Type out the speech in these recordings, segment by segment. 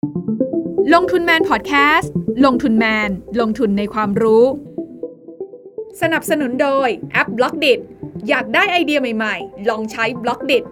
ลงทุนแมนพอดแคสต์ลงทุนแมนลงทุนในความรู้สนับสนุนโดยแอป Blockdit อยากได้ไอเดียใหม่ๆลองใช้ Blockdit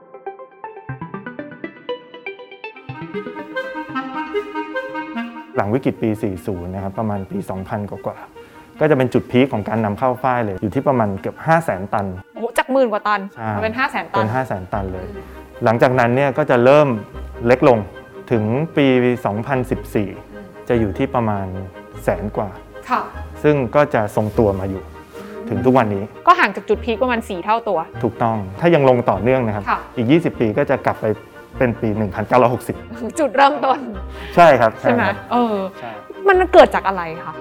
หลังวิกฤตปี 40 นะครับประมาณปี 2000 กว่าก็จะเป็นจุดพีคของการนำเข้าฝ้ายเลยอยู่ที่ประมาณเกือบ 500,000 ตันโอ้จาก10,000 กว่าตันเป็น 500,000 ตันเป็น 500,000 ตันเลยหลังจากนั้นเนี่ยก็จะเริ่มเล็กลงถึงปี 2014 จะอยู่ที่ประมาณ100,000 กว่าซึ่งก็จะทรงตัวมาอยู่ถึงทุกวันนี้ก็ห่างจากจุดพีคประมาณ4 เท่าตัวถูกต้องถ้ายังลงต่อเนื่องนะครับอีก20 ปีก็จะกลับไปเป็นปี 1960 จุดเริ่มต้นใช่ครับใช่ไหมมันเกิดจากอะไรคะ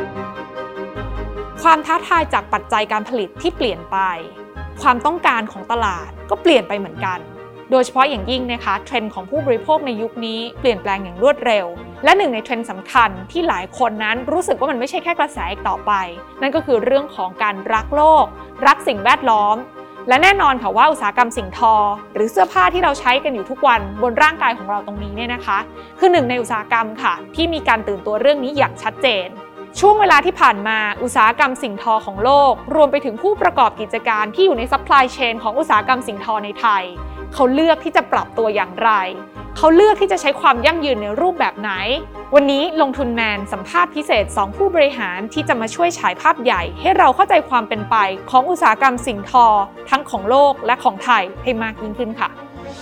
ความท้าทายจากปัจจัยการผลิตที่เปลี่ยนไปความต้องการของตลาดก็เปลี่ยนไปเหมือนกันโดยเฉพาะอย่างยิ่งนะคะเทรนด์ของผู้บริโภคในยุคนี้เปลี่ยนแปลงอย่างรวดเร็วและหนึ่งในเทรนด์สำคัญที่หลายคนนั้นรู้สึกว่ามันไม่ใช่แค่กระแสอีกต่อไปนั่นก็คือเรื่องของการรักโลกรักสิ่งแวดล้อมและแน่นอนค่ะว่าอุตสาหกรรมสิ่งทอหรือเสื้อผ้าที่เราใช้กันอยู่ทุกวันบนร่างกายของเราตรงนี้เนี่ยนะคะคือหนึ่งในอุตสาหกรรมค่ะที่มีการตื่นตัวเรื่องนี้อย่างชัดเจนช่วงเวลาที่ผ่านมาอุตสาหกรรมสิ่งทอของโลกรวมไปถึงผู้ประกอบกิจการที่อยู่ในซัพพลายเชนของอุตสาหกรรมสิ่งทอในไทยเขาเลือกที่จะปรับตัวอย่างไรเขาเลือกที่จะใช้ความยั่งยืนในรูปแบบไหนวันนี้ลงทุนแมนสัมภาษณ์พิเศษ2ผู้บริหารที่จะมาช่วยฉายภาพใหญ่ให้เราเข้าใจความเป็นไปของอุตสาหกรรมสิ่งทอทั้งของโลกและของไทยให้มากยิ่งขึ้นค่ะ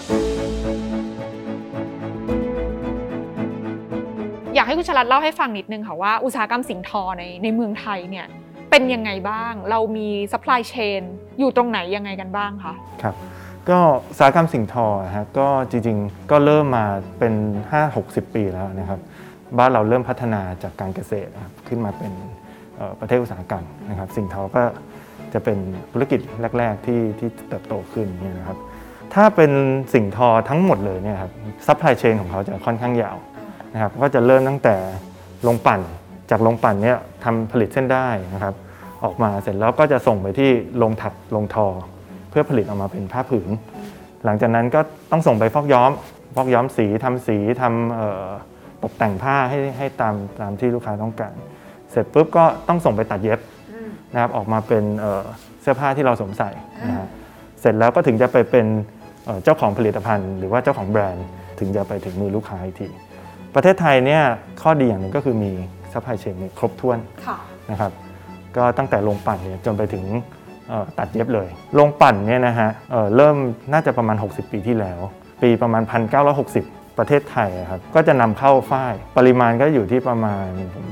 อยากให้คุณชลัดเล่าให้ฟังนิดนึงค่ะว่าอุตสาหกรรมสิ่งทอในเมืองไทยเนี่ยเป็นยังไงบ้างเรามีซัพพลายเชนอยู่ตรงไหนยังไงกันบ้างคะครับก็อุตสาหกรรมสิ่งทอฮะก็จริงๆก็เริ่มมาเป็น 5-60 ปีแล้วนะครับบ้านเราเริ่มพัฒนาจากการเกษตรนะครับขึ้นมาเป็นประเทศอุตสาหกรรมนะครับสิ่งทอก็จะเป็นธุรกิจแรกๆที่เติบโตขึ้นเนี่ยนะครับถ้าเป็นสิ่งทอทั้งหมดเลยเนี่ยครับซัพพลายเชนของเขาจะค่อนข้างยาวนะครับก็จะเริ่มตั้งแต่โรงปั่นจากโรงปั่นเนี่ยทำผลิตเส้นได้นะครับออกมาเสร็จแล้วก็จะส่งไปที่โรงถักโรงทอเพื่อผลิตออกมาเป็นผ้าผืนหลังจากนั้นก็ต้องส่งไปฟอกย้อมสีทำสีทำตกแต่งผ้าให้ตามที่ลูกค้าต้องการเสร็จปุ๊บก็ต้องส่งไปตัดเย็บนะครับออกมาเป็นเสื้อผ้าที่เราสวมใส่นะฮะเสร็จแล้วก็ถึงจะไปเป็นเจ้าของผลิตภัณฑ์หรือว่าเจ้าของแบรนด์ถึงจะไปถึงมือลูกค้าอีกทีประเทศไทยเนี่ยข้อดีอย่างหนึ่งก็คือมีซัพพลายเชนครบถ้วนนะครับก็ตั้งแต่โรงปั่นเนี่ยจนไปถึงตัดเย็บเลยโรงปั่นเนี่ยนะฮะเริ่มน่าจะประมาณ60 ปีที่แล้วปีประมาณ 1960 ประเทศไทยครับก็จะนำเข้าฝ้ายปริมาณก็อยู่ที่ประมาณ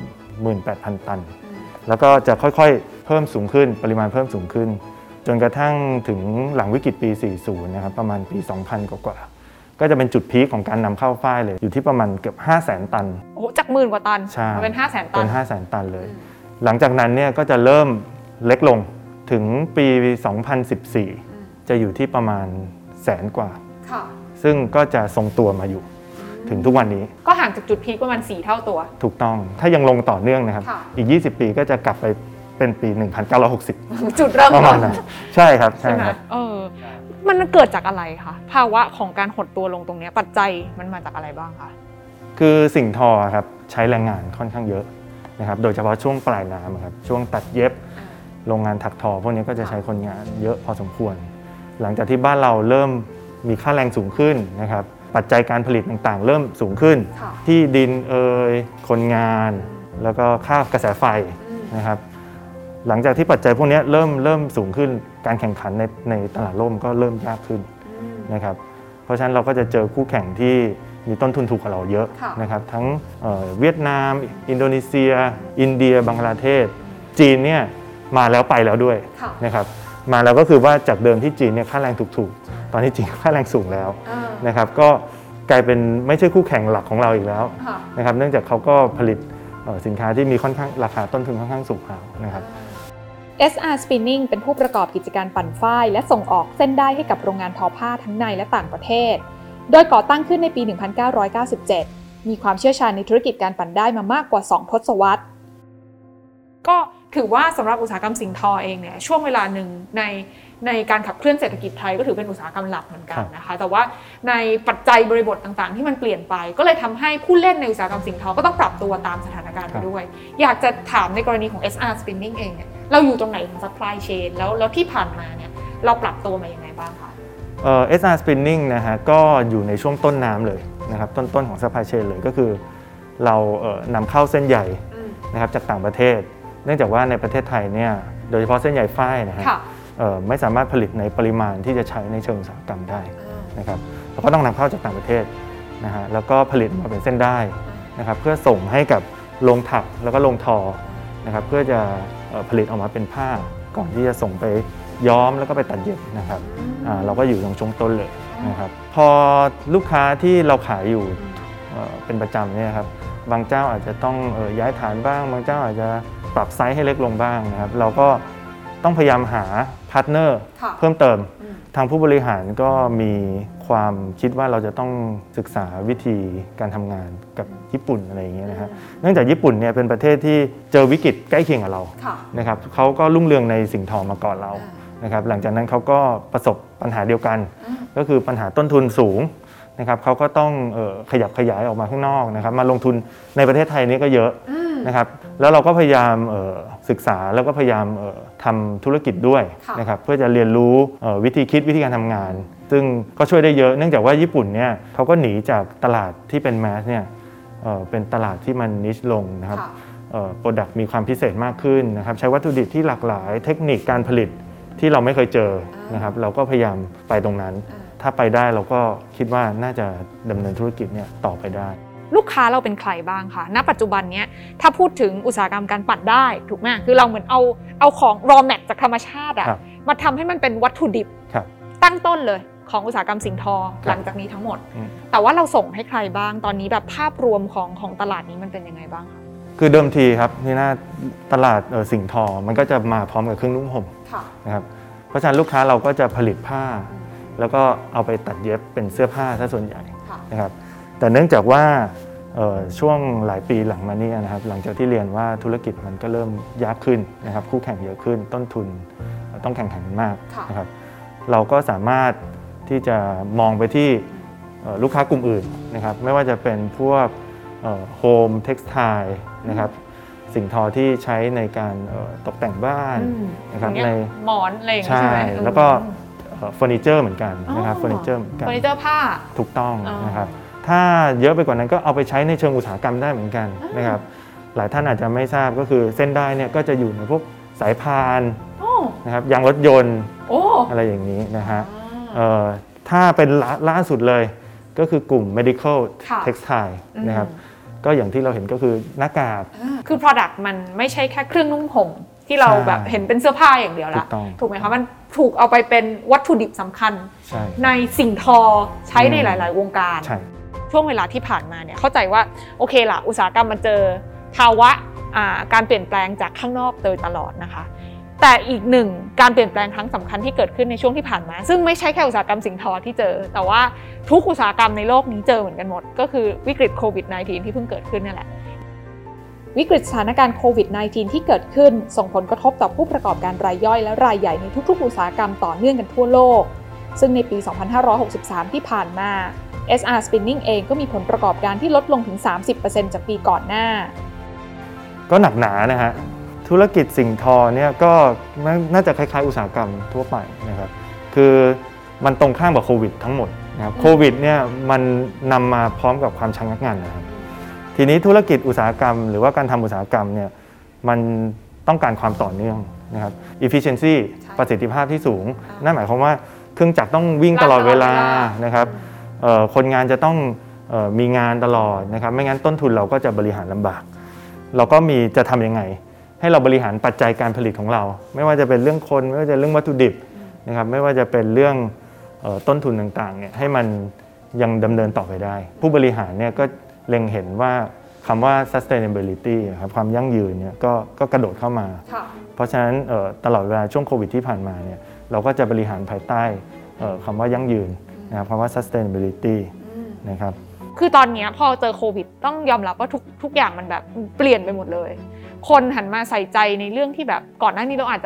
18,000 ตันแล้วก็จะค่อยๆเพิ่มสูงขึ้นปริมาณเพิ่มสูงขึ้นจนกระทั่งถึงหลังวิกฤตปี 40 นะครับประมาณปี 2000 กว่าก็จะเป็นจุดพีคของการนำเข้าฝ้ายเลยอยู่ที่ประมาณเกือบ 500,000 ตันโอ้จาก10,000 กว่าตันเป็น 500,000 ตันเป็น 500,000 ตันเลยหลังจากนั้นเนี่ยก็จะเริ่มเล็กลงถึงปี 2014 จะอยู่ที่ประมาณ100,000 กว่าซึ่งก็จะทรงตัวมาอยู่ถึงทุกวันนี้ก็ห่างจากจุดพีคประมาณ4 เท่าตัวถูกต้องถ้ายังลงต่อเนื่องนะครับอีก20 ปีก็จะกลับไปเป็นปี 1960 จุดเริ่มต้นใช่ครับใช่ครับมันเกิดจากอะไรคะภาวะของการหดตัวลงตรงนี้ปัจจัยมันมาจากอะไรบ้างคะคือสิ่งทอครับใช้แรงงานค่อนข้างเยอะนะครับโดยเฉพาะช่วงปลายน้ำครับช่วงตัดเย็บโรงงานถักทอพวกนี้ก็จะใช้คนงานเยอะพอสมควรหลังจากที่บ้านเราเริ่มมีค่าแรงสูงขึ้นนะครับปัจจัยการผลิตต่างๆเริ่มสูงขึ้นที่ดินคนงานแล้วก็ค่ากระแสไฟนะครับหลังจากที่ปัจจัยพวกนี้เริ่มสูงขึ้นการแข่งขันในตลาดโลกก็เริ่มยากขึ้นนะครับเพราะฉะนั้นเราก็จะเจอคู่แข่งที่มีต้นทุนถูกกว่าเราเยอะนะครับทั้งเวียดนามอินโดนีเซียอินเดียบังกลาเทศจีนเนี่ยมาแล้วไปแล้วด้วยนะครับมาแล้วก็คือว่าจากเดิมที่จีนเนี่ยค่าแรงถูกๆตอนนี้จีนค่าแรงสูงแล้วนะครับก็กลายเป็นไม่ใช่คู่แข่งหลักของเราอีกแล้วนะครับเนื่องจากเขาก็ผลิตสินค้าที่มีค่อนข้างราคาต้นทุนค่อนข้างสูงแล้วนะครับ SR Spinning เป็นผู้ประกอบกิจการปั่นฝ้ายและส่งออกเส้นได้ให้กับโรงงานทอผ้าทั้งในและต่างประเทศโดยก่อตั้งขึ้นในปี 1997 มีความเชี่ยวชาญในธุรกิจการปั่นได้มามากกว่า2 ทศวรรษก็ถือว่าสำหรับอุตสาหกรรมสิ่งทอเองเนี่ยช่วงเวลาหนึ่งในในการขับเคลื่อนเศรษฐกิจไทยก็ถือเป็นอุตสาหกรรมหลักเหมือนกันนะคะแต่ว่าในปัจจัยบริบทต่างๆที่มันเปลี่ยนไปก็เลยทำให้ผู้เล่นในอุตสาหกรรมสิ่งทอก็ต้องปรับตัวตามสถานการณ์ไปด้วยอยากจะถามในกรณีของ SR Spinning เองเนี่ยเราอยู่ตรงไหนของ supply chain แล้วที่ผ่านมาเนี่ยเราปรับตัวมายังไงบ้างคะ SR Spinning นะฮะก็อยู่ในช่วงต้นน้ำเลยนะครับต้นของ supply chain เลยก็คือเรานำเข้าเส้นใยนะครับจากต่างประเทศเนื่องจากว่าในประเทศไทยเนี่ยโดยเฉพาะเส้นใยฝ้ายนะฮะไม่สามารถผลิตในปริมาณที่จะใช้ในเชิงอุตสาหกรรมได้นะครับเราก็ต้องนำเข้าจากต่างประเทศนะฮะแล้วก็ผลิตมาเป็นเส้นได้นะครับเพื่อส่งให้กับโรงถักแล้วก็โรงทอนะครับเพื่อจะผลิตออกมาเป็นผ้าก่อนที่จะส่งไปย้อมแล้วก็ไปตัดเย็บนะครับเราก็อยู่ตรงช่วงต้นเลยนะครับพอลูกค้าที่เราขายอยู่เป็นประจำเนี่ยครับบางเจ้าอาจจะต้องย้ายฐานบ้างบางเจ้าอาจจะปรับไซส์ให้เล็กลงบ้างนะครับเราก็ต้องพยายามหาพาร์ทเนอร์เพิ่มเติมทางผู้บริหารก็มีความคิดว่าเราจะต้องศึกษาวิธีการทำงานกับญี่ปุ่นอะไรอย่างเงี้ยนะครับเนื่องจากญี่ปุ่นเนี่ยเป็นประเทศที่เจอวิกฤตใกล้เคียงกับเรานะครับเขาก็รุ่งเรืองในสิ่งทอมาก่อนเรานะครับหลังจากนั้นเขาก็ประสบปัญหาเดียวกันก็คือปัญหาต้นทุนสูงนะครับเขาก็ต้องขยับขยายออกมาข้างนอกนะครับมาลงทุนในประเทศไทยนี่ก็เยอะนะครับแล้วเราก็พยายามศึกษาแล้วก็พยายามทำธุรกิจด้วยนะครับเพื่อจะเรียนรู้วิธีคิดวิธีการทำงานซึ่งก็ช่วยได้เยอะเนื่องจากว่าญี่ปุ่นเนี่ยเขาก็หนีจากตลาดที่เป็นแมสเนี่ยเป็นตลาดที่มันนิชลงนะครับโปรดักต์มีความพิเศษมากขึ้นนะครับใช้วัตถุดิบที่หลากหลายเทคนิคการผลิตที่เราไม่เคยเจอนะครับเราก็พยายามไปตรงนั้นถ้าไปได้เราก็คิดว่าน่าจะดำเนินธุรกิจเนี่ยต่อไปได้ลูกค้าเราเป็นใครบ้างคะณปัจจุบันนี้ถ้าพูดถึงอุตสาหกรรมการปั่นได้ถูกไหมคือเราเหมือนเอาของ raw mat จากธรรมชาติมาทำให้มันเป็นวัตถุดิบตั้งต้นเลยของอุตสาหกรรมสิ่งทอหลังจากนี้ทั้งหมดแต่ว่าเราส่งให้ใครบ้างตอนนี้แบบภาพรวมของตลาดนี้มันเป็นยังไงบ้างคะคือเดิมทีครับนี่นะตลาดสิ่งทอมันก็จะมาพร้อมกับเครื่องนุ่งห่มนะครับเพราะฉะนั้นลูกค้าเราก็จะผลิตผ้าแล้วก็เอาไปตัดเย็บเป็นเสื้อผ้าซะส่วนใหญ่นะครับแต่เนื่องจากว่าช่วงหลายปีหลังมานี้นะครับหลังจากที่เรียนว่าธุรกิจมันก็เริ่มยากขึ้นนะครับคู่แข่งเยอะขึ้นต้นทุนต้องแข่งขันมากนะครับเราก็สามารถที่จะมองไปที่ลูกค้ากลุ่มอื่นนะครับไม่ว่าจะเป็นพวกโฮมเท็กซ์ไทล์นะครับสิ่งทอที่ใช้ในการตกแต่งบ้านนะครับในหมอนอะไรอย่างนี้ใช่ไหมแล้วก็เฟอร์นิเจอร์เหมือนกันนะครับเฟอร์นิเจอร์เหมือนกันเฟอร์นิเจอร์ผ้าถูกต้องนะครับถ้าเยอะไปกว่านั้นก็เอาไปใช้ในเชิงอุตสาหกรรมได้เหมือนกันนะครับหลายท่านอาจจะไม่ทราบก็คือเส้นได้เนี่ยก็จะอยู่ในพวกสายพานนะครับยางรถยนต์อะไรอย่างนี้นะฮะถ้าเป็นล่าสุดเลยก็คือกลุ่ม medical textile นะครับก็อย่างที่เราเห็นก็คือหน้ากากคือ product มันไม่ใช่แค่เครื่องนุ่งห่มที่เราแบบเห็นเป็นเสื้อผ้าอย่างเดียวละถูกไหมคะมันถูกเอาไปเป็นวัตถุดิบสำคัญในสิ่งทอใช้ในหลายๆวงการช่วงเวลาที่ผ่านมาเนี่ยเข้าใจว่าโอเคละอุตสาหกรรมมันเจอภาวะการเปลี่ยนแปลงจากข้างนอกโดยตลอดนะคะแต่อีกหนึ่งการเปลี่ยนแปลงครั้งสำคัญที่เกิดขึ้นในช่วงที่ผ่านมาซึ่งไม่ใช่แค่อุตสาหกรรมสิ่งทอที่เจอแต่ว่าทุกอุตสาหกรรมในโลกนี้เจอเหมือนกันหมดก็คือวิกฤตโควิด -19 ที่เพิ่งเกิดขึ้นนี่แหละวิกฤตสถานการณ์โควิด -19 ที่เกิดขึ้นส่งผลกระทบต่อผู้ประกอบการรายย่อยและรายใหญ่ในทุกๆอุตสาหกรรมต่อเนื่องกันทั่วโลกซึ่งในปี 2563 ที่ผ่านมา SR Spinning เองก็มีผลประกอบการที่ลดลงถึง 30% จากปีก่อนหน้าก็หนักหนานะฮะธุรกิจสิ่งทอเนี่ยก็น่าจะคล้ายๆอุตสาหกรรมทั่วไปนะครับคือมันตรงข้ามกับโควิดทั้งหมดนะครับโควิดเนี่ยมันนำมาพร้อมกับความชะงักงันนะครับทีนี้ธุรกิจอุตสาหกรรมหรือว่าการทำอุตสาหกรรมเนี่ยมันต้องการความต่อเนื่องนะครับ efficiency ประสิทธิภาพที่สูงนั่นหมายความว่าเครื่องจักรต้องวิ่งตลอดเวลานะครับคนงานจะต้องมีงานตลอดนะครับไม่งั้นต้นทุนเราก็จะบริหารลำบากเราก็จะทำยังไงให้เราบริหารปัจจัยการผลิตของเราไม่ว่าจะเป็นเรื่องคนไม่ว่าจะเรื่องวัตถุดิบนะครับไม่ว่าจะเป็นเรื่องต้นทุนต่างๆเนี่ยให้มันยังดำเนินต่อไปได้ผู้บริหารเนี่ยก็เล็งเห็นว่าคำว่า sustainability ครับความยั่งยืนเนี่ยก็กระโดดเข้ามาเพราะฉะนั้นตลอดเวลาช่วงโควิดที่ผ่านมาเนี่ยเราก็จะบริหารภายใต้คำว่ายั่งยืนนะครับคำว่า sustainability นะครับคือตอนนี้พอเจอโควิดต้องยอมรับว่าทุกอย่างมันแบบเปลี่ยนไปหมดเลยคนหันมาใส่ใจในเรื่องที่แบบก่อนหน้านี้เราอาจจะ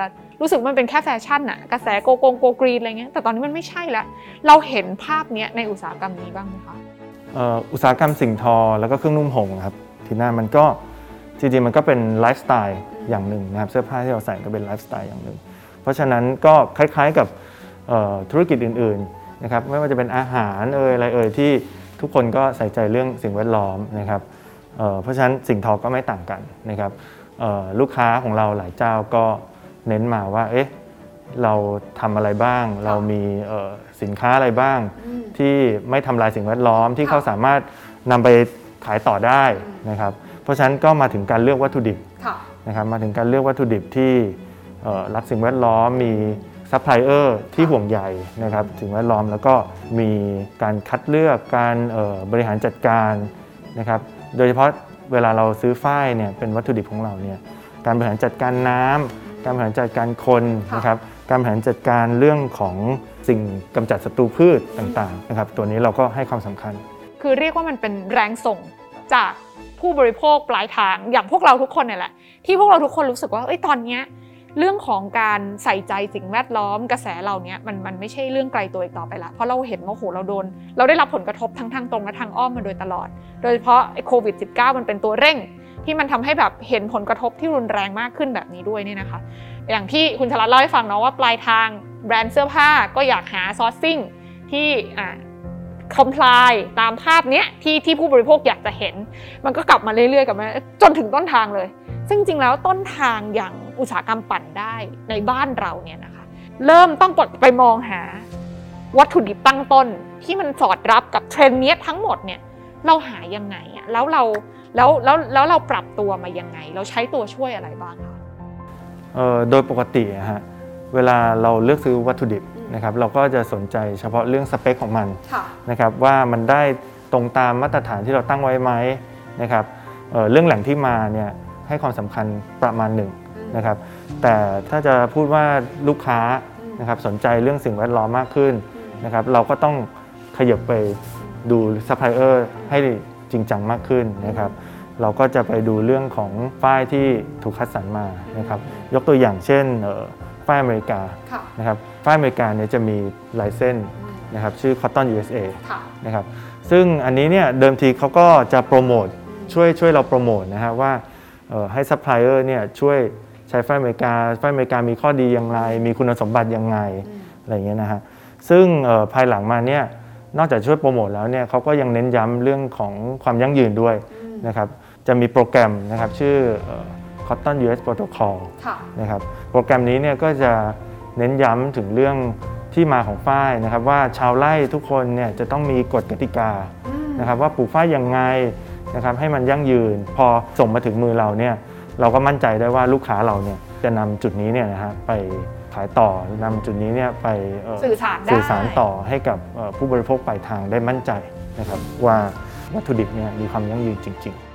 รู้สึกมันเป็นแค่แฟชั่นอะกระแสโกกรีนอะไรเงี้ยแต่ตอนนี้มันไม่ใช่แล้วเราเห็นภาพนี้ในอุตสาหกรรมนี้บ้างไหมคะอุตสาหกรรมสิ่งทอแล้วก็เครื่องนุ่มห่มครับทีน่ามันก็จริงๆมันก็เป็นไลฟ์สไตล์อย่างหนึ่งนะครับเสื้อผ้าที่เราใส่ก็เป็นไลฟ์สไตล์อย่างหนึ่งเพราะฉะนั้นก็คล้ายๆกับธุรกิจอื่นๆนะครับไม่ว่าจะเป็นอาหารอะไรที่ทุกคนก็ใส่ใจเรื่องสิ่งแวดล้อมนะครับเพราะฉะนั้นสิ่งทอก็ไม่ต่างกันนะครับลูกค้าของเราหลายเจ้าก็เน้นมาว่าเอ๊ะเราทำอะไรบ้างเรามีสินค้าอะไรบ้างที่ไม่ทำลายสิ่งแวดล้อมที่เขาสามารถนำไปขายต่อได้นะครับเพราะฉะนั้นก็มาถึงการเลือกวัตถุดิบนะครับมาถึงการเลือกวัตถุดิบที่รักสิ่งแวดล้อมมีซัพพลายเออร์ที่ห่วงใยนะครับสิ่งแวดล้อมแล้วก็มีการคัดเลือกการบริหารจัดการนะครับโดยเฉพาะเวลาเราซื้อฝ้ายเนี่ยเป็นวัตถุดิบของเราเนี่ยการบริหารจัดการน้ำการบริหารจัดการคนนะครับการบริหารจัดการเรื่องของสิ่งกำจัดศัตรูพืชต่างๆนะครับตัวนี้เราก็ให้ความสำคัญคือเรียกว่ามันเป็นแรงส่งจากผู้บริโภคปลายทางอย่างพวกเราทุกคนเนี่ยแหละที่พวกเราทุกคนรู้สึกว่าตอนนี้เรื่องของการใส่ใจสิ่งแวดล้อมกระแสเราเนี้ยมันไม่ใช่เรื่องไกลตัวอีกต่อไปละเพราะเราเห็นว่าเราได้รับผลกระทบทั้งทางตรงและทางอ้อมมาโดยตลอดโดยเฉพาะโควิด -19 มันเป็นตัวเร่งที่มันทำให้แบบเห็นผลกระทบที่รุนแรงมากขึ้นแบบนี้ด้วยเนี่ยนะคะอย่างที่คุณชลัดเล่าให้ฟังเนาะว่าปลายทางแบรนด์เสื้อผ้าก็อยากหาซอร์ซิ่งที่คอมพลายตามภาพเนี้ยที่ผู้บริโภคอยากจะเห็นมันก็กลับมาเรื่อยๆกับมันจนถึงต้นทางเลยซึ่งจริงแล้วต้นทางอย่างอุตสาหกรรมปั่นได้ในบ้านเราเนี่ยนะคะเริ่มต้องไปมองหาวัตถุดิบตั้งต้นที่มันสอดรับกับเทรนด์นี้ทั้งหมดเนี่ยเราหายังไงอ่ะแล้วเราปรับตัวมายังไงเราใช้ตัวช่วยอะไรบ้างคะโดยปกติฮะเวลาเราเลือกซื้อวัตถุดิบนะครับเราก็จะสนใจเฉพาะเรื่องสเปคของมันนะครับว่ามันได้ตรงตามมาตรฐานที่เราตั้งไว้ไหมนะครับเรื่องแหล่งที่มาเนี่ยให้ความสำคัญประมาณหนึ่งนะครับแต่ถ้าจะพูดว่าลูกค้านะครับสนใจเรื่องสิ่งแวดล้อมมากขึ้นนะครับเราก็ต้องขยับไปดูซัพพลายเออร์ให้จริงจังมากขึ้นนะครับเราก็จะไปดูเรื่องของฝ้ายที่ถูกคัดสรรมานะครับยกตัวอย่างเช่นฝ้ายอเมริกานะครับฝ้ายอเมริกาเนี่ยจะมีลายเส้นนะครับชื่อ Cotton USA นะครับซึ่งอันนี้เนี่ยเดิมทีเขาก็จะโปรโมทช่วยเราโปรโมทนะฮะว่าให้ซัพพลายเออร์เนี่ยช่วยใช้ฝ้ายอเมริกามีข้อดีอย่างไรมีคุณสมบัติยังไงอะไรอย่างเงี้ยนะฮะซึ่งภายหลังมาเนี่ยนอกจากช่วยโปรโมทแล้วเนี่ยเขาก็ยังเน้นย้ำเรื่องของความยั่งยืนด้วยนะครับจะมีโปรแกรมนะครับชื่อCotton US Protocol นะครับโปรแกรมนี้เนี่ยก็จะเน้นย้ำถึงเรื่องที่มาของฝ้ายนะครับว่าชาวไร่ทุกคนเนี่ยจะต้องมีกฎกติกานะครับว่าปลูกฝ้ายยังไงนะครับให้มันยั่งยืนพอส่งมาถึงมือเราเนี่ยเราก็มั่นใจได้ว่าลูกค้าเราเนี่ยจะนำจุดนี้เนี่ยนะฮะไปขายต่อนำจุดนี้เนี่ยไปสื่อสารต่อให้กับผู้บริโภคปลายทางได้มั่นใจนะครับว่าวัตถุดิบเนี่ยมีความยั่งยืนจริงๆ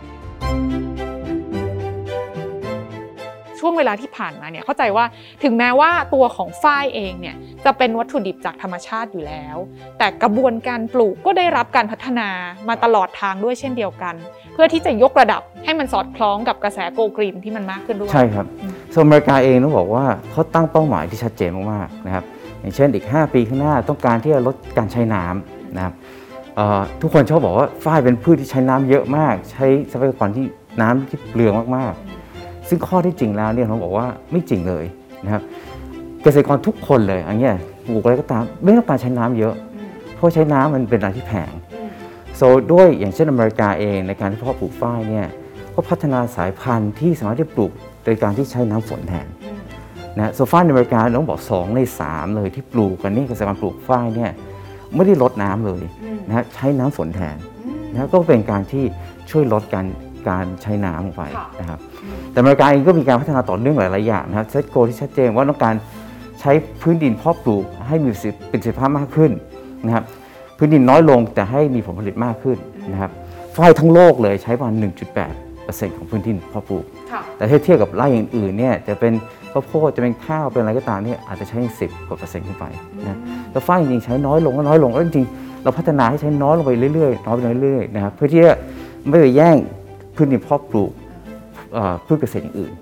ช่วงเวลาที่ผ่านมาเนี่ยเข้าใจว่าถึงแม้ว่าตัวของฝ้ายเองเนี่ยจะเป็นวัตถุดิบจากธรรมชาติอยู่แล้วแต่กระบวนการปลูกก็ได้รับการพัฒนามาตลอดทางด้วยเช่นเดียวกันเพื่อที่จะยกระดับให้มันสอดคล้องกับกระแสโกกรีนที่มันมากขึ้นด้วยใช่ครับส่วนอเมริกาเองต้องบอกว่าเขาตั้งเป้าหมายที่ชัดเจนมากๆนะครับอย่างเช่นอีก5ปีข้างหน้าต้องการที่จะลดการใช้น้ำนะครับทุกคนชอบบอกว่าฝ้ายเป็นพืชที่ใช้น้ำเยอะมากใช้ทรัพยากรที่น้ำที่เปลืองมากๆซึ่งข้อที่จริงแล้วเนี่ยเราบอกว่าไม่จริงเลยนะครับเกษตรกรทุกคนเลยอย่างเงี้ยปลูกอะไรก็ตามไม่ต้องการใช้น้ำเยอะเพราะใช้น้ำมันเป็นอะไรที่แพงด้วยอย่างเช่นอเมริกาเองในการที่เพาะปลูกฝ้ายเนี่ยก็พัฒนาสายพันธุ์ที่สามารถที่ปลูกโดยการที่ใช้น้ำฝนแทนนะฝ้ายในอเมริกาต้องบอก2 ใน 3เลยที่ปลูกกันนี่เกษตรกรปลูกฝ้ายเนี่ยไม่ได้ลดน้ำเลยนะใช้น้ำฝนแทนนะก็เป็นการที่ช่วยลดการใช้น้ำลงไปนะครับแต่อเมริกาเองก็มีการพัฒนาต่อเนื่องหลายๆอย่างนะครับเซตโกที่ชัดเจนว่าต้องการใช้พื้นดินเพาะปลูกให้มีประสิทธิภาพมากขึ้นนะครับพื้นดินน้อยลงแต่ให้มีผลผลิตมากขึ้นนะครับฝ้ายทั้งโลกเลยใช้ประมาณ 1.8% ของพื้นที่เพาะปลูกแต่ถ้าเทียบกับไร่อื่นๆเนี่ยจะเป็นข้าวโพดจะเป็นข้าวเป็นอะไรก็ตามเนี่ยอาจจะใช้10 กว่าเปอร์เซ็นต์ขึ้นไปนะแต่ฝ้ายจริงๆใช้น้อยลงแล้วจริงๆเราพัฒนาให้ใช้น้อยลงไปเรื่อยๆน้อยไปเรื่อยๆนะครับเพื่อที่จะไม่ไปแย่งพื้นดินเพาะปลูกพืชเกษตรอย่างอื่น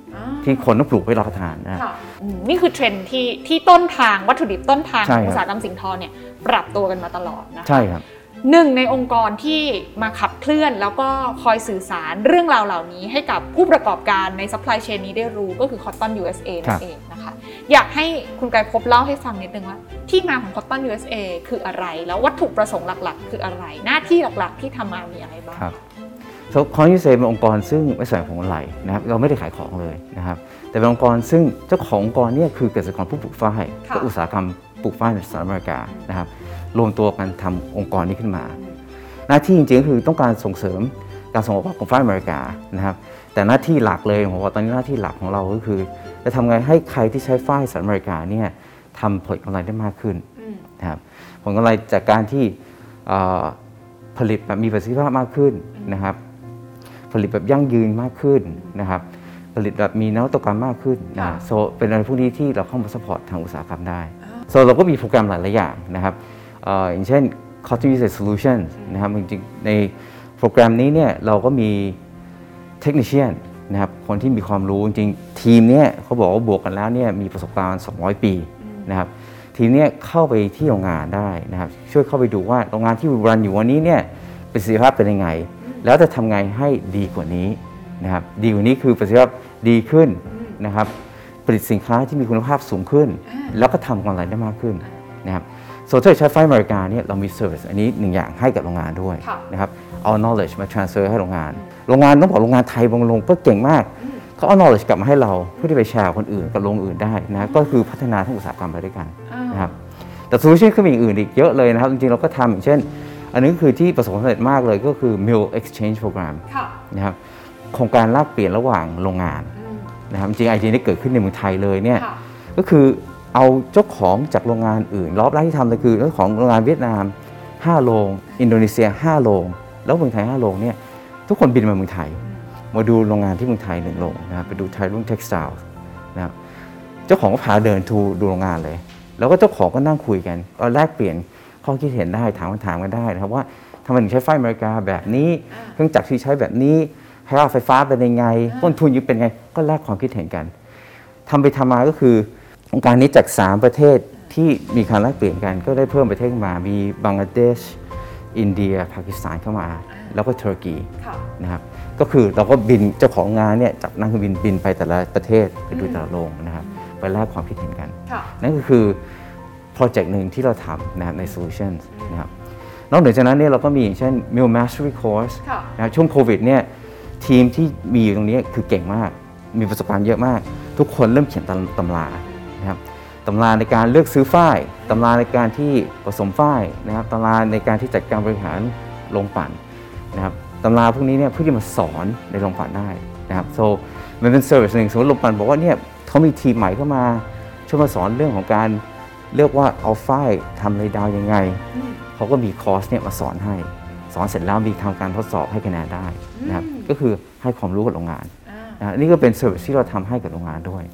ที่คนต้องปลูกไว้รับประทานนะนี่คือเทรนด์ที่ต้นทางวัตถุดิบต้นทางใช่ของครับอุตสาหกรรมสิ่งทอเนี่ยปรับตัวกันมาตลอดนะคะใช่ครับหนึ่งในองค์กรที่มาขับเคลื่อนแล้วก็คอยสื่อสารเรื่องราวเหล่านี้ให้กับผู้ประกอบการใน supply chain นี้ได้รู้ก็คือ Cotton USA นั่นเองนะคะอยากให้คุณไกรภพเล่าให้ฟังนิดนึงว่าที่มาของ Cotton USA คืออะไรแล้ววัตถุประสงค์หลักๆ คืออะไรหน้าที่หลักๆที่ทำมามีอะไรบ้าง Cotton USA เป็นองค์กรซึ่งไม่แสวงผลกำไรนะครับเราไม่ได้ขายของเลยนะครับแต่เป็นองค์กรซึ่งเจ้าขององค์กรเนี่ยคือเกษตรกรผู้ปลูกฝ้ายและอุตสาหกรรมปลูกฝ้ายในสหรัฐอเมริกานะครับรวมตัวกันทำองค์กรนี้ขึ้นมาหน้าที่จริงๆก็คือต้องการส่งเสริมการส่งออกของฝ้ายอเมริกานะครับแต่หน้าที่หลักเลยผมว่าตอนนี้หน้าที่หลักของเราก็คือจะทำไงให้ใครที่ใช้ฝ้ายสหรัฐอเมริกาเนี่ยทำผลกำไรได้มากขึ้นนะครับผลกำไรจากการที่ผลิตแบบมีประสิทธิภาพมากขึ้นนะครับผลิตแบบยั่งยืนมากขึ้นนะครับผลิตแบบมีนวัตกรรมมากขึ้นนะโซเป็นอะไรพวกนี้ที่เราเข้ามาซัพพอร์ตทางอุตสาหกรรมได้โซเราก็มีโปรแกรมหลายๆอย่างนะครับอย่างเช่น Cotton USA Solution นะครับจริงๆในโปรแกรมนี้เนี่ยเราก็มีเทคนิคเชียนนะครับคนที่มีความรู้จริงๆทีมเนี่ยเขาบอกว่าบวกกันแล้วเนี่ยมีประสบการณ์200 ปีนะครับทีมเนี่ยเข้าไปที่โรงงานได้นะครับช่วยเข้าไปดูว่าโรงงานที่รันอยู่วันนี้เนี่ยประสิทธิภาพเป็นยังไงแล้วจะทำไงให้ดีกว่านี้นะครับดีกว่านี้คือประสิทธิภาพดีขึ้นนะครับผลิตสินค้าที่มีคุณภาพสูงขึ้นแล้วก็ทำกำไรได้มากขึ้นนะครับโซเทอร์ใช้ฝ้ายอเมริกาเนี่ยเรามีเซอร์วิสอันนี้หนึ่งอย่างให้กับโรงงานด้วยนะครับเอา knowledge มา transfer ให้โรงงานต้องบอกโรงงานไทยบางโรงก็เก่งมากเขาเอา knowledge กลับมาให้เราเพื่อที่ไปแชร์คนอื่นกับโรงอื่นได้นะก็คือพัฒนาทั้งอุตสาหกรรมไปด้วยกันนะครับแต่โซลูชันก็มีอย่างอื่นอีกเยอะเลยนะครับจริงๆเราก็ทำอย่างเช่นอันนี้คือที่ประสบความสำเร็จมากเลยก็คือ Mill Exchange Program นะครับโครงการแลกเปลี่ยนระหว่างโรงงานนะครับจริงๆไอเดียนี้เกิดขึ้นในเมืองไทยเลยเนี่ยก็คือเอาเจ้าของจากโรงงานอื่นรอบแรกที่ทำเลยคือเจ้าของโรงงานเวียดนาม5โรงอินโดนีเซีย5โรงแล้วเมืองไทย5โรงเนี่ยทุกคนบินมาเมืองไทยมาดูโรงงานที่เมืองไทย1โรงนะครับไปดูไทยรุ่งเท็กซ์ไทล์นะครับเจ้าของก็พาเดินดูโรงงานเลยแล้วก็เจ้าของก็นั่งคุยกันก็แลกเปลี่ยนข้อคิดเห็นได้ถามกันได้นะครับว่าทำไมถึงใช้ไฟอเมริกาแบบนี้เครื่องจักรที่ใช้แบบนี้ค่าไฟฟ้าเป็นยังไงต้นทุนยังเป็นไงก็แลกความคิดเห็นกันทำไปทำมาก็คือองค์การนี้จาก3ประเทศที่มีการแลกเปลี่ยนกันก็ได้เพิ่มประเทศมามีบังกลาเทศอินเดียปากีสถานเข้ามาแล้วก็ตุรกีนะครับก็คือเราก็บินเจ้าของงานเนี่ยจากนั่งเครื่องบินไปแต่ละประเทศไปดูแต่ละโรงนะครับไปแลกความคิดเห็นกันนั่นก็คือโปรเจกต์หนึ่งที่เราทำนะครับใน Solutions นะครับนอกจากนั้นเนี่ยเราก็มีอย่างเช่น Mill Mastery Course นะครับช่วงโควิดเนี่ยทีมที่มีอยู่ตรงนี้คือเก่งมากมีประสบการณ์เยอะมากทุกคนเริ่มเขียนตำรานะครับตำราในการเลือกซื้อฝ้ายตำราในการที่ผสมฝ้ายนะครับตำราในการที่จัดการบริหารโรงปั่นนะครับตำราพวกนี้เนี่ยเพื่อที่มาสอนในโรงปั่นได้นะครับโซมันเป็นเซอร์วิสหนึ่งสมมติโรงปั่นบอกว่าเนี่ยเขามีทีมใหม่เข้ามาช่วยมาสอนเรื่องของการเลือกว่าเอาฝ้ายทำเลยดาวยังไงเขาก็มีคอร์สเนี่ยมาสอนให้สอนเสร็จแล้วมีทำการทดสอบให้คะแนนได้นะครับก็คือให้ความรู้กับโรงงานนี่ก็เป็นเซอร์วิสที่เราทำให้กับโรงงานด้วย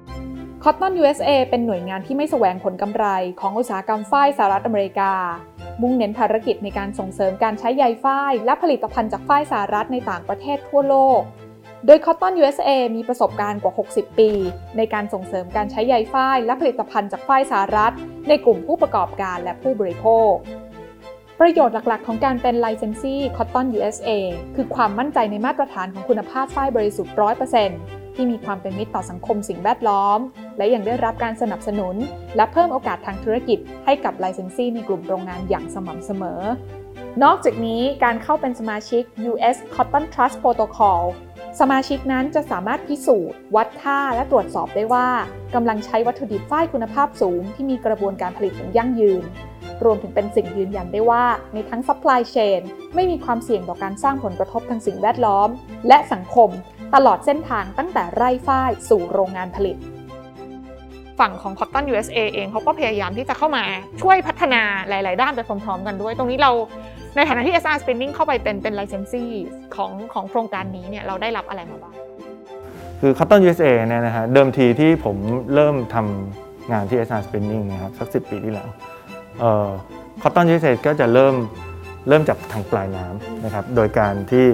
Cotton USA เป็นหน่วยงานที่ไม่แสวงผลกำไรของอุตสาหกรรมฝ้ายสหรัฐอเมริกามุ่งเน้นภารกิจในการส่งเสริมการใช้ใยฝ้ายและผลิตภัณฑ์จากฝ้ายสหรัฐในต่างประเทศทั่วโลกโดย Cotton USA มีประสบการณ์กว่า60 ปีในการส่งเสริมการใช้ใยฝ้ายและผลิตภัณฑ์จากฝ้ายสหรัฐในกลุ่มผู้ประกอบการและผู้บริโภคประโยชน์หลักๆของการเป็น Licensee Cotton USA คือความมั่นใจในมาตรฐานของคุณภาพฝ้ายบริสุทธิ์ 100% ที่มีความเป็นมิตรต่อสังคมสิ่งแวดล้อมและยังได้รับการสนับสนุนและเพิ่มโอกาสทางธุรกิจให้กับ Licensee ในกลุ่มโรงงานอย่างสม่ำเสมอนอกจากนี้การเข้าเป็นสมาชิก US Cotton Trust Protocol สมาชิกนั้นจะสามารถพิสูจน์วัดค่าและตรวจสอบได้ว่ากำลังใช้วัตถุดิบฝ้ายคุณภาพสูงที่มีกระบวนการผลิตอย่างยั่งยืนรวมถึงเป็นสิ่งยืนยันได้ว่าในทั้ง supply chain ไม่มีความเสี่ยงต่อการสร้างผลกระทบทางสิ่งแวดล้อมและสังคมตลอดเส้นทางตั้งแต่ไร่ฝ้ายสู่โรงงานผลิตฝั่งของ Cotton USA เองเขาก็พยายามที่จะเข้ามาช่วยพัฒนาหลายๆด้านไปพร้อมๆกันด้วยตรงนี้เราในฐานะที่ SR Spinning เข้าไปเป็น licensee ของโครงการนี้เนี่ยเราได้รับอะไรมาบ้างคือ Cotton USA เนี่ยนะฮะเดิมทีที่ผมเริ่มทำงานที่ SR Spinning นะครับสัก10 ปีที่แล้วCotton USA ก็จะเริ่มจากทางปลายน้ำนะครับโดยการที่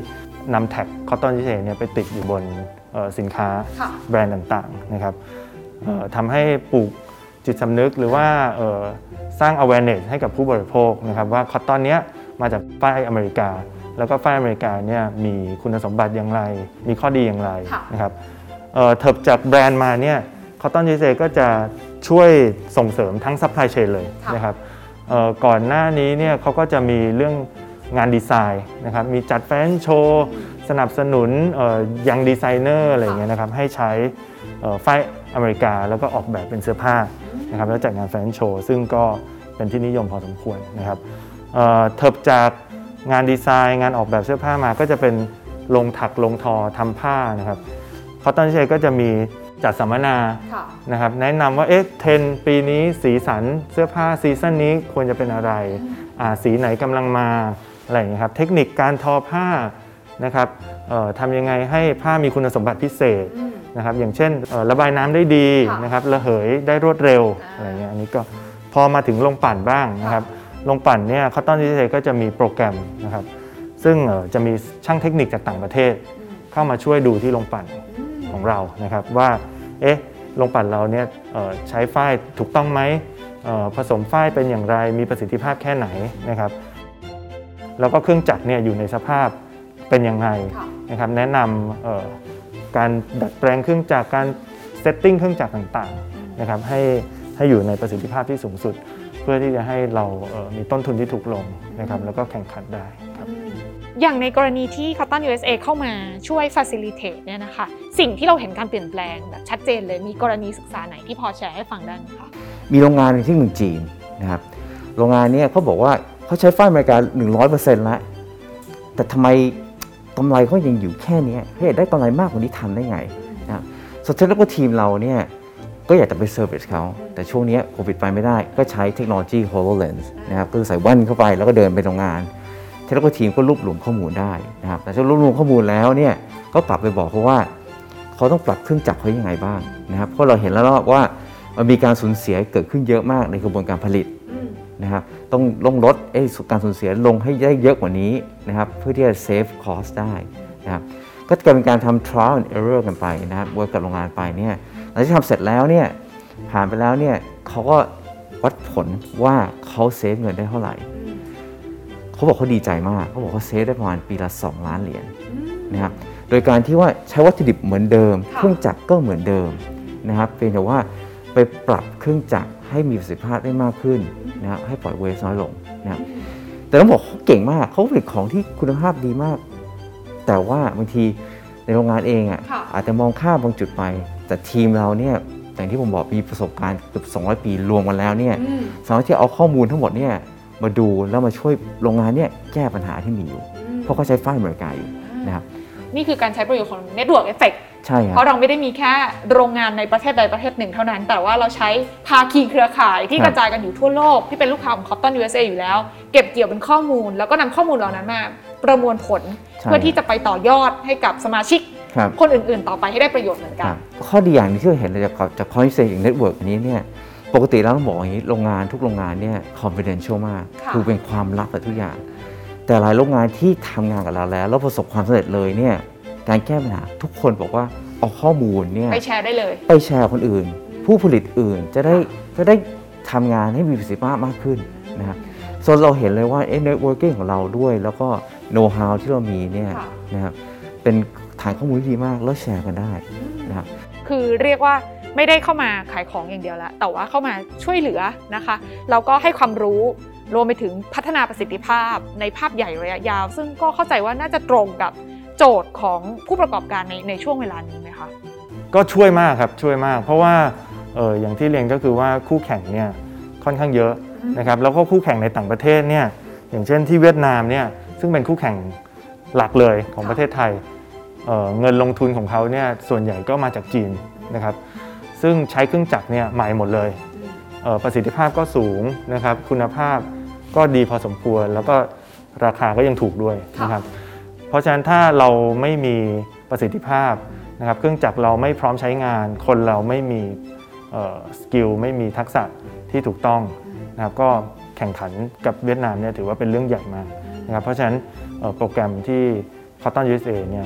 นำแท็ก Cotton USA เนี่ยไปติดอยู่บนสินค้าแบรนด์ต่างๆนะครับทำให้ปลูกจิตสำนึกหรือว่าสร้าง awareness ให้กับผู้บริโภคนะครับว่าคอตตอนนี้มาจากฝ้ายอเมริกาแล้วก็ฝ้ายอเมริกาเนี่ยมีคุณสมบัติอย่างไรมีข้อดีอย่างไรนะครับเถิบจากแบรนด์มาเนี่ย Cotton USA ก็จะช่วยส่งเสริมทั้ง supply chain เลยนะครับก่อนหน้านี้เนี่ยเขาก็จะมีเรื่องงานดีไซน์นะครับมีจัดแฟชั่นโชว์สนับสนุนยังดีไซเนอร์อะไรอย่างเงี้ยนะครับให้ใช้ฝ้ายอเมริกาแล้วก็ออกแบบเป็นเสื้อผ้านะครับแล้วจัดงานแฟชั่นโชว์ซึ่งก็เป็นที่นิยมพอสมควรนะครับเถิบจากงานดีไซน์งานออกแบบเสื้อผ้ามาก็จะเป็นลงถักลงทอทำผ้านะครับ Cotton USA ก็จะมีจัดสัมมนานะครับแนะนำว่าเทรนด์ปีนี้สีสันเสื้อผ้าซีซั่นนี้ควรจะเป็นอะไรสีไหนกำลังมาอะไรอย่างเงี้ยครับเทคนิคการทอผ้านะครับทำยังไงให้ผ้ามีคุณสมบัติพิเศษนะครับอย่างเช่นระบายน้ำได้ดีนะครับระเหยได้รวดเร็วอะไรเงี้ยอันนี้ก็พอมาถึงลงปั่นบ้างนะครับลงปั่นเนี่ยCotton USAก็จะมีโปรแกรมนะครับซึ่งจะมีช่างเทคนิคจากต่างประเทศเข้ามาช่วยดูที่ลงปั่นของเรานะครับว่าลงปั่นเราเนี่ยใช้ฝ้ายถูกต้องไหมผสมฝ้ายเป็นอย่างไรมีประสิทธิภาพแค่ไหนนะครับแล้วก็เครื่องจักรเนี่ยอยู่ในสภาพเป็นยังไงนะครับแนะนำการดัดแปลงเครื่องจักรการเซตติ้งเครื่องจักรต่างๆนะครับให้อยู่ในประสิทธิภาพที่สูงสุดเพื่อที่จะให้เรามีต้นทุนที่ถูกลงนะครับแล้วก็แข่งขันได้ครับอย่างในกรณีที่ Cotton USA เข้ามาช่วย facilitate เนี่ยนะคะสิ่งที่เราเห็นการเปลี่ยนแปลงแบบชัดเจนเลยมีกรณีศึกษาไหนที่พอแชร์ให้ฟังได้ไหมคะมีโรงงานที่เมืองจีนนะครับโรงงานนี้เขาบอกว่าเขาใช้ฝ้ายอเมริกา 100% แล้วแต่ทำไมกำไรเขายังอยู่แค่นี้เขาอยากได้กำไรมากกว่านี้ทำได้ไงนะครับสุดท้ายแล้วก็ทีมเราเนี่ยก็อยากจะไปเซอร์วิสเขาแต่ช่วงนี้โควิดไปไม่ได้ก็ใช้เทคโนโลยี HoloLens นะครับก็ใส่แว่นเข้าไปแล้วก็เดินไปโรงงานแล้วก็ทีมก็รวบรวมข้อมูลได้นะครับแต่ถ้ารวบรวมข้อมูลแล้วเนี่ยก็กลับไปบอกเขาว่าเขาต้องปรับเครื่องจักรเขายังไงบ้างนะครับเพราะเราเห็นแล้วว่ามันมีการสูญเสียเกิดขึ้นเยอะมากในกระบวนการผลิตนะครับต้องลดการสูญเสียลงให้ได้เยอะกว่านี้นะครับเพื่อที่จะ save cost ได้นะครับก็จะเป็นการทำ trial and error กันไปนะครับเวิร์กกับโรงงานไปเนี่ยหลังจากทำเสร็จแล้วเนี่ยผ่านไปแล้วเนี่ยเขาก็วัดผลว่าเขาเซฟเงินได้เท่าไหร่เขาบอกเขาดีใจมากเขาบอกเขาเซฟได้ประมาณปีละ2 ล้านเหรียญนะครับโดยการที่ว่าใช้วัตถุดิบเหมือนเดิมเครื่องจักรก็เหมือนเดิมนะครับเพียงแต่ว่าไปปรับเครื่องจักรให้มีประสิทธิภาพได้มากขึ้นนะครับให้ปล่อยเวสน้อยลงนะครับแต่ต้องบอกเขาเก่งมากเขาผลิตของที่คุณภาพดีมากแต่ว่าบางทีในโรงงานเองอาจจะมองข้ามบางจุดไปแต่ทีมเราเนี่ยอย่างที่ผมบอกมีประสบการณ์เกือบ200 ปีรวมกันแล้วเนี่ยสามารถที่เอาข้อมูลทั้งหมดเนี่ยมาดูแล้วมาช่วยโรงงานเนี่ยแก้ปัญหาที่มีอยู่เพราะเขาใช้ฝ้ายอเมริกาอยู่นะครับนี่คือการใช้ประโยชน์ของ Network Effect ใช่ครับเพราะเราไม่ได้มีแค่โรงงานในประเทศใดประเทศหนึ่งเท่านั้นแต่ว่าเราใช้ภาคีเครือข่ายที่กระจายกันอยู่ทั่วโลกที่เป็นลูกค้าของ Cotton USA อยู่แล้วเก็บเกี่ยวเป็นข้อมูลแล้วก็นำข้อมูลเหล่านั้นมาประมวลผลเพื่อที่จะไปต่อยอดให้กับสมาชิกคนอื่นๆต่อไปให้ได้ประโยชน์เหมือนกันข้อดีอย่างที่เราเห็นจาก Cotton USA อย่าง Network อันนี้เนี่ยปกติแล้วต้องบอกอย่างนี้โรงงานทุกโรงงานเนี่ย confidential มากคือเป็นความลับทุกอย่างแต่หลายโรงงานที่ทำงานกับเราแล้วประสบความสำเร็จเลยเนี่ยการแก้ปัญหาทุกคนบอกว่าเอาข้อมูลเนี่ยไปแชร์ได้เลยไปแชร์คนอื่นผู้ผลิตอื่นจะได้ทำงานให้มีประสิทธิภาพมากขึ้นนะครับส่วนเราเห็นเลยว่าnetworking ของเราด้วยแล้วก็ know how ที่เรามีเนี่ยนะครับเป็นฐานข้อมูลที่ดีมากแล้วแชร์กันได้นะครับคือเรียกว่าไม่ได้เข้ามาขายของอย่างเดียวแล้วแต่ว่าเข้ามาช่วยเหลือนะคะแล้วก็ให้ความรู้รวมไปถึงพัฒนาประสิทธิภาพในภาพใหญ่ระยะยาวซึ่งก็เข้าใจว่าน่าจะตรงกับโจทย์ของผู้ประกอบการในช่วงเวลานี้ไหมคะก็ช่วยมากครับช่วยมากเพราะว่าอย่างที่เรียนก็คือว่าคู่แข่งเนี่ยค่อนข้างเยอะนะครับแล้วก็คู่แข่งในต่างประเทศเนี่ยอย่างเช่นที่เวียดนามเนี่ยซึ่งเป็นคู่แข่งหลักเลยของประเทศไทยเงินลงทุนของเขาเนี่ยส่วนใหญ่ก็มาจากจีนนะครับซึ่งใช้เครื่องจักรเนี่ยใหม่หมดเลยประสิทธิภาพก็สูงนะครับคุณภาพก็ดีพอสมควรแล้วก็ราคาก็ยังถูกด้วยนะครับเพราะฉะนั้นถ้าเราไม่มีประสิทธิภาพนะครับเครื่องจักรเราไม่พร้อมใช้งานคนเราไม่มีสกิลไม่มีทักษะที่ถูกต้องนะครับก็แข่งขันกับเวียดนามเนี่ยถือว่าเป็นเรื่องใหญ่มากนะครับเพราะฉะนั้นโปรแกรมที่ Cotton USA เนี่ย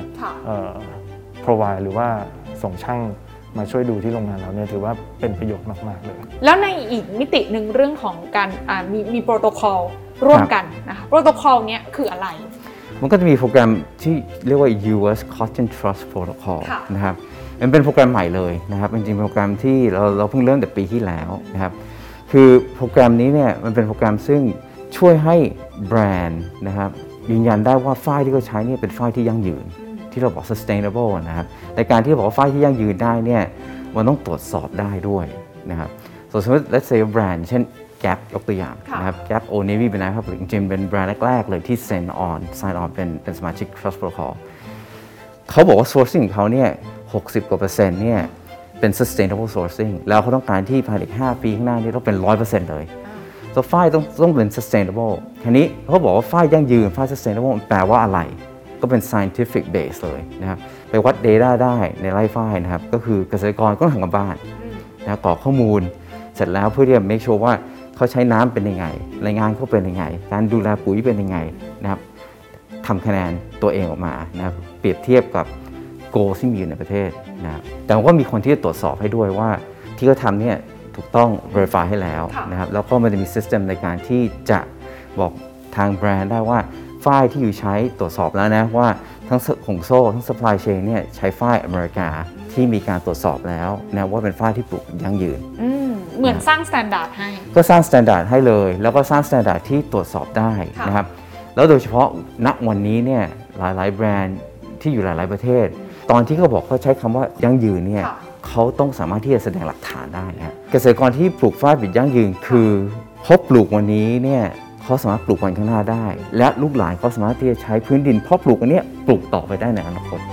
provide หรือว่าส่งช่างมาช่วยดูที่โรงงานเราเนี่ยถือว่าเป็นประโยชน์มากๆเลยแล้วในอีกมิติหนึ่งเรื่องของการมีโปรโตคอลร่วมกันนะคะโปรโตคอลเนี้ยคืออะไรมันก็จะมีโปรแกรมที่เรียกว่า US Cotton Trust Protocol นะครับมันเป็นโปรแกรมใหม่เลยนะครับจริงๆโปรแกรมที่เราเพิ่งเริ่มแต่ปีที่แล้วนะครับคือโปรแกรมนี้เนี่ยมันเป็นโปรแกรมซึ่งช่วยให้แบรนด์นะครับยืนยันได้ว่าฝ้ายที่เขาใช้เนี่ยเป็นฝ้ายที่ยั่งยืนที่เราบอก sustainable นะครับแต่การที่บอกว่าฝ้ายที่ยั่งยืนได้เนี่ยมันต้องตรวจสอบได้ด้วยนะครับสมมติ let's say แบรนด์เช่น Gap ยกตัวอย่างนะครับ Gap Old Navy เป็นนะครับจริงๆเป็นแบรนด์แรกๆเลยที่ sign on เป็นสมาชิก Trust Protocol เขาบอกว่า sourcing ของเขาเนี่ย60%กว่าเนี่ยเป็น sustainable sourcing แล้วเขาต้องการที่ภายใน5 ปีข้างหน้านี้ต้องเป็น 100% เลยฝ้ายต้องเป็น sustainable ทีนี้เขาบอกว่าฝ้ายยั่งยืนฝ้าย sustainable แปลว่าอะไรก็เป็น scientific base เลยนะครับไปวัด data ได้ในไร่ฝ้ายนะครับก็คือเกษตรกรก็ทำกับบ้านนะกรอกข้อมูลเสร็จแล้วเพื่อที่จะ make sure ว่าเขาใช้น้ำเป็นยังไงรายงานเขาเป็นยังไงการดูแลปุ๋ยเป็นยังไงนะครับทำคะแนนตัวเองออกมานะครับเปรียบเทียบกับโกที่มีอยู่ในประเทศนะครับแต่ว่ามีคนที่จะตรวจสอบให้ด้วยว่าที่เขาทำเนี่ยถูกต้อง verify ให้แล้วนะครับแล้วก็มันจะมี system ในการที่จะบอกทางแบรนด์ได้ว่าฝ้ายที่อยู่ใช้ตรวจสอบแล้วนะว่าทั้งห่วงโซ่ทั้ง supply chain เนี่ยใช้ฝ้ายอเมริกาที่มีการตรวจสอบแล้วนะว่าเป็นฝ้ายที่ปลูกยั่งยืนเหมือนสร้าง standard ให้ก็สร้าง standard ให้เลยแล้วก็สร้าง standard ที่ตรวจสอบได้นะครับแล้วโดยเฉพาะณวันนี้เนี่ยหลายๆแบรนด์ที่อยู่หลายๆประเทศตอนที่เขาบอกเขาใช้คำว่ายั่งยืนเนี่ยเขาต้องสามารถที่จะแสดงหลักฐานได้นะเกษตรกรที่ปลูกฝ้ายแบบยั่งยืนคือเขาปลูกวันนี้เนี่ยเขาสามารถปลูกวันข้างหน้าได้และลูกหลานเขาสามารถที่จะใช้พื้นดินเพาะปลูกอันนี้ปลูกต่อไปได้ในอนาคต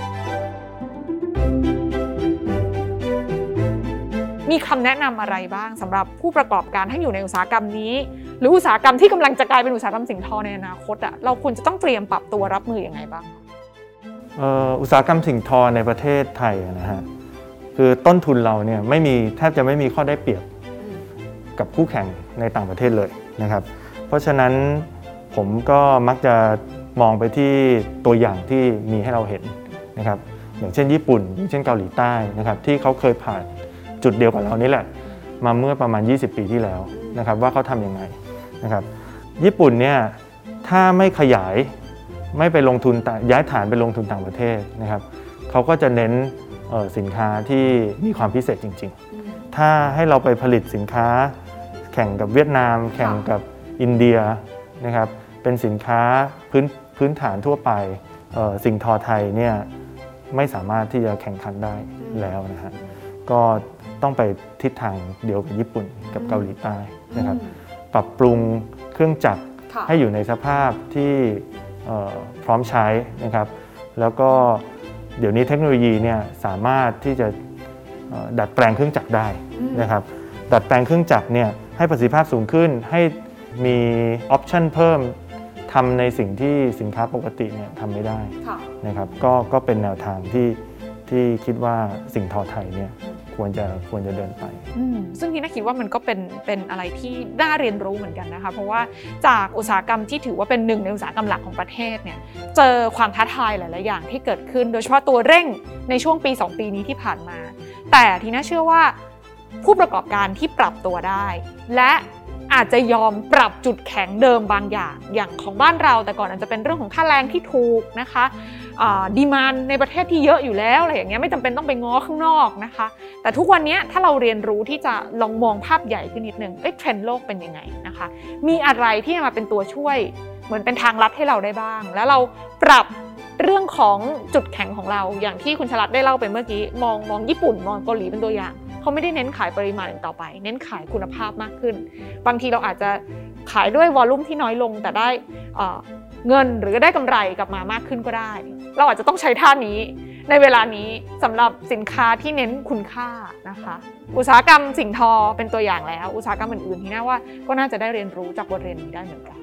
มีคำแนะนำอะไรบ้างสำหรับผู้ประกอบการที่อยู่ในอุตสาหกรรมนี้หรืออุตสาหกรรมที่กำลังจะกลายเป็นอุตสาหกรรมสิ่งทอในอนาคตเราควรจะต้องเตรียมปรับตัวรับมืออย่างไรบ้างอุตสาหกรรมสิ่งทอในประเทศไทยนะฮะคือต้นทุนเราเนี่ยแทบจะไม่มีข้อได้เปรียบกับคู่แข่งในต่างประเทศเลยนะครับเพราะฉะนั้นผมก็มักจะมองไปที่ตัวอย่างที่มีให้เราเห็นนะครับอย่างเช่นญี่ปุ่นอย่างเช่นเกาหลีใต้นะครับที่เขาเคยผ่านจุดเดียวกับเรานี่แหละมาเมื่อประมาณ20 ปีที่แล้วนะครับว่าเขาทำยังไงนะครับญี่ปุ่นเนี่ยถ้าไม่ขยายไม่ไปลงทุนย้ายฐานไปลงทุนต่างประเทศนะครับเขาก็จะเน้นสินค้าที่มีความพิเศษจริงๆถ้าให้เราไปผลิตสินค้าแข่งกับเวียดนามแข่งกับอินเดียนะครับเป็นสินค้าพื้นฐานทั่วไปสิ่งทอไทยเนี่ยไม่สามารถที่จะแข่งขันได้แล้วนะฮะก็ต้องไปทิศทางเดียวกับญี่ปุ่นกับเกาหลีใต้นะครับปรับปรุงเครื่องจักรให้อยู่ในสภาพที่พร้อมใช้นะครับแล้วก็เดี๋ยวนี้เทคโนโลยีเนี่ยสามารถที่จะดัดแปลงเครื่องจักรได้นะครับดัดแปลงเครื่องจักรเนี่ยให้ประสิทธิภาพสูงขึ้นให้มีออปชันเพิ่มทำในสิ่งที่สินค้าปกติเนี่ยทำไม่ได้นะครับก็เป็นแนวทางที่คิดว่าสิ่งทอไทยเนี่ยควรจะเดินไปซึ่งที่น่าคิดว่ามันก็เป็นอะไรที่น่าเรียนรู้เหมือนกันนะคะเพราะว่าจากอุตสาหกรรมที่ถือว่าเป็นหนึ่งในอุตสาหกรรมหลักของประเทศเนี่ยเจอความท้าทายหลายๆอย่างที่เกิดขึ้นโดยเฉพาะตัวเร่งในช่วงปี2ปีนี้ที่ผ่านมาแต่ที่น่าเชื่อว่าผู้ประกอบการที่ปรับตัวได้และอาจจะยอมปรับจุดแข็งเดิมบางอย่างของบ้านเราแต่ก่อนอาจจะเป็นเรื่องของค่าแรงที่ถูกนะคะดีมานด์ในประเทศที่เยอะอยู่แล้วอะไรอย่างเงี้ยไม่จำเป็นต้องไปง้อข้างนอกนะคะแต่ทุกวันนี้ถ้าเราเรียนรู้ที่จะลองมองภาพใหญ่ขึ้นนิดนึงเทรนด์โลกเป็นยังไงนะคะมีอะไรที่จะมาเป็นตัวช่วยเหมือนเป็นทางลัดให้เราได้บ้างแล้วเราปรับเรื่องของจุดแข็งของเราอย่างที่คุณชลัดได้เล่าไปเมื่อกี้มองญี่ปุ่นมองเกาหลีเป็นตัวอย่างเขาไม่ได้เน้นขายปริมาณต่อไปเน้นขายคุณภาพมากขึ้นบางทีเราอาจจะขายด้วยวอลลุ่มที่น้อยลงแต่ได้เงินหรือได้กำไรกลับมามากขึ้นก็ได้เราอาจจะต้องใช้ท่านี้ในเวลานี้สำหรับสินค้าที่เน้นคุณค่านะคะอุตสาหกรรมสิ่งทอเป็นตัวอย่างแล้วอุตสาหกรรมอื่นๆที่น่าว่าก็น่าจะได้เรียนรู้จากบทเรียนนี้ได้เหมือนกัน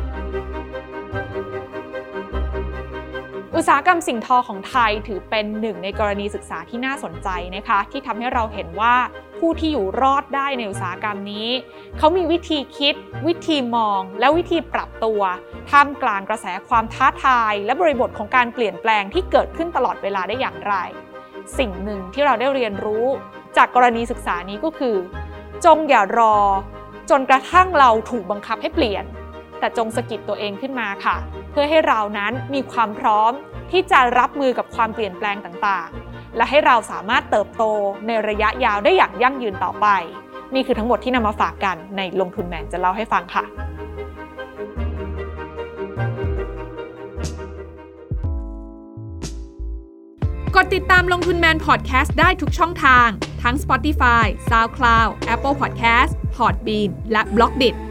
อุตสาหกรรมสิ่งทอของไทยถือเป็นหนึ่งในกรณีศึกษาที่น่าสนใจนะคะที่ทำให้เราเห็นว่าผู้ที่อยู่รอดได้ในอุตสาหกรรมนี้เขามีวิธีคิดวิธีมองและวิธีปรับตัวท่ามกลางกระแสความท้าทายและบริบทของการเปลี่ยนแปลงที่เกิดขึ้นตลอดเวลาได้อย่างไรสิ่งหนึ่งที่เราได้เรียนรู้จากกรณีศึกษานี้ก็คือจงอย่ารอจนกระทั่งเราถูกบังคับให้เปลี่ยนแต่จงสะกิดตัวเองขึ้นมาค่ะเพื่อให้เรานั้นมีความพร้อมที่จะรับมือกับความเปลี่ยนแปลงต่างๆและให้เราสามารถเติบโตในระยะยาวได้อย่างยั่งยืนต่อไปนี่คือทั้งหมดที่นำมาฝากกันในลงทุนแมนจะเล่าให้ฟังค่ะกดติดตามลงทุนแมนพอดแคสต์ได้ทุกช่องทางทั้ง Spotify, SoundCloud, Apple Podcast, Podbean และ Blockdit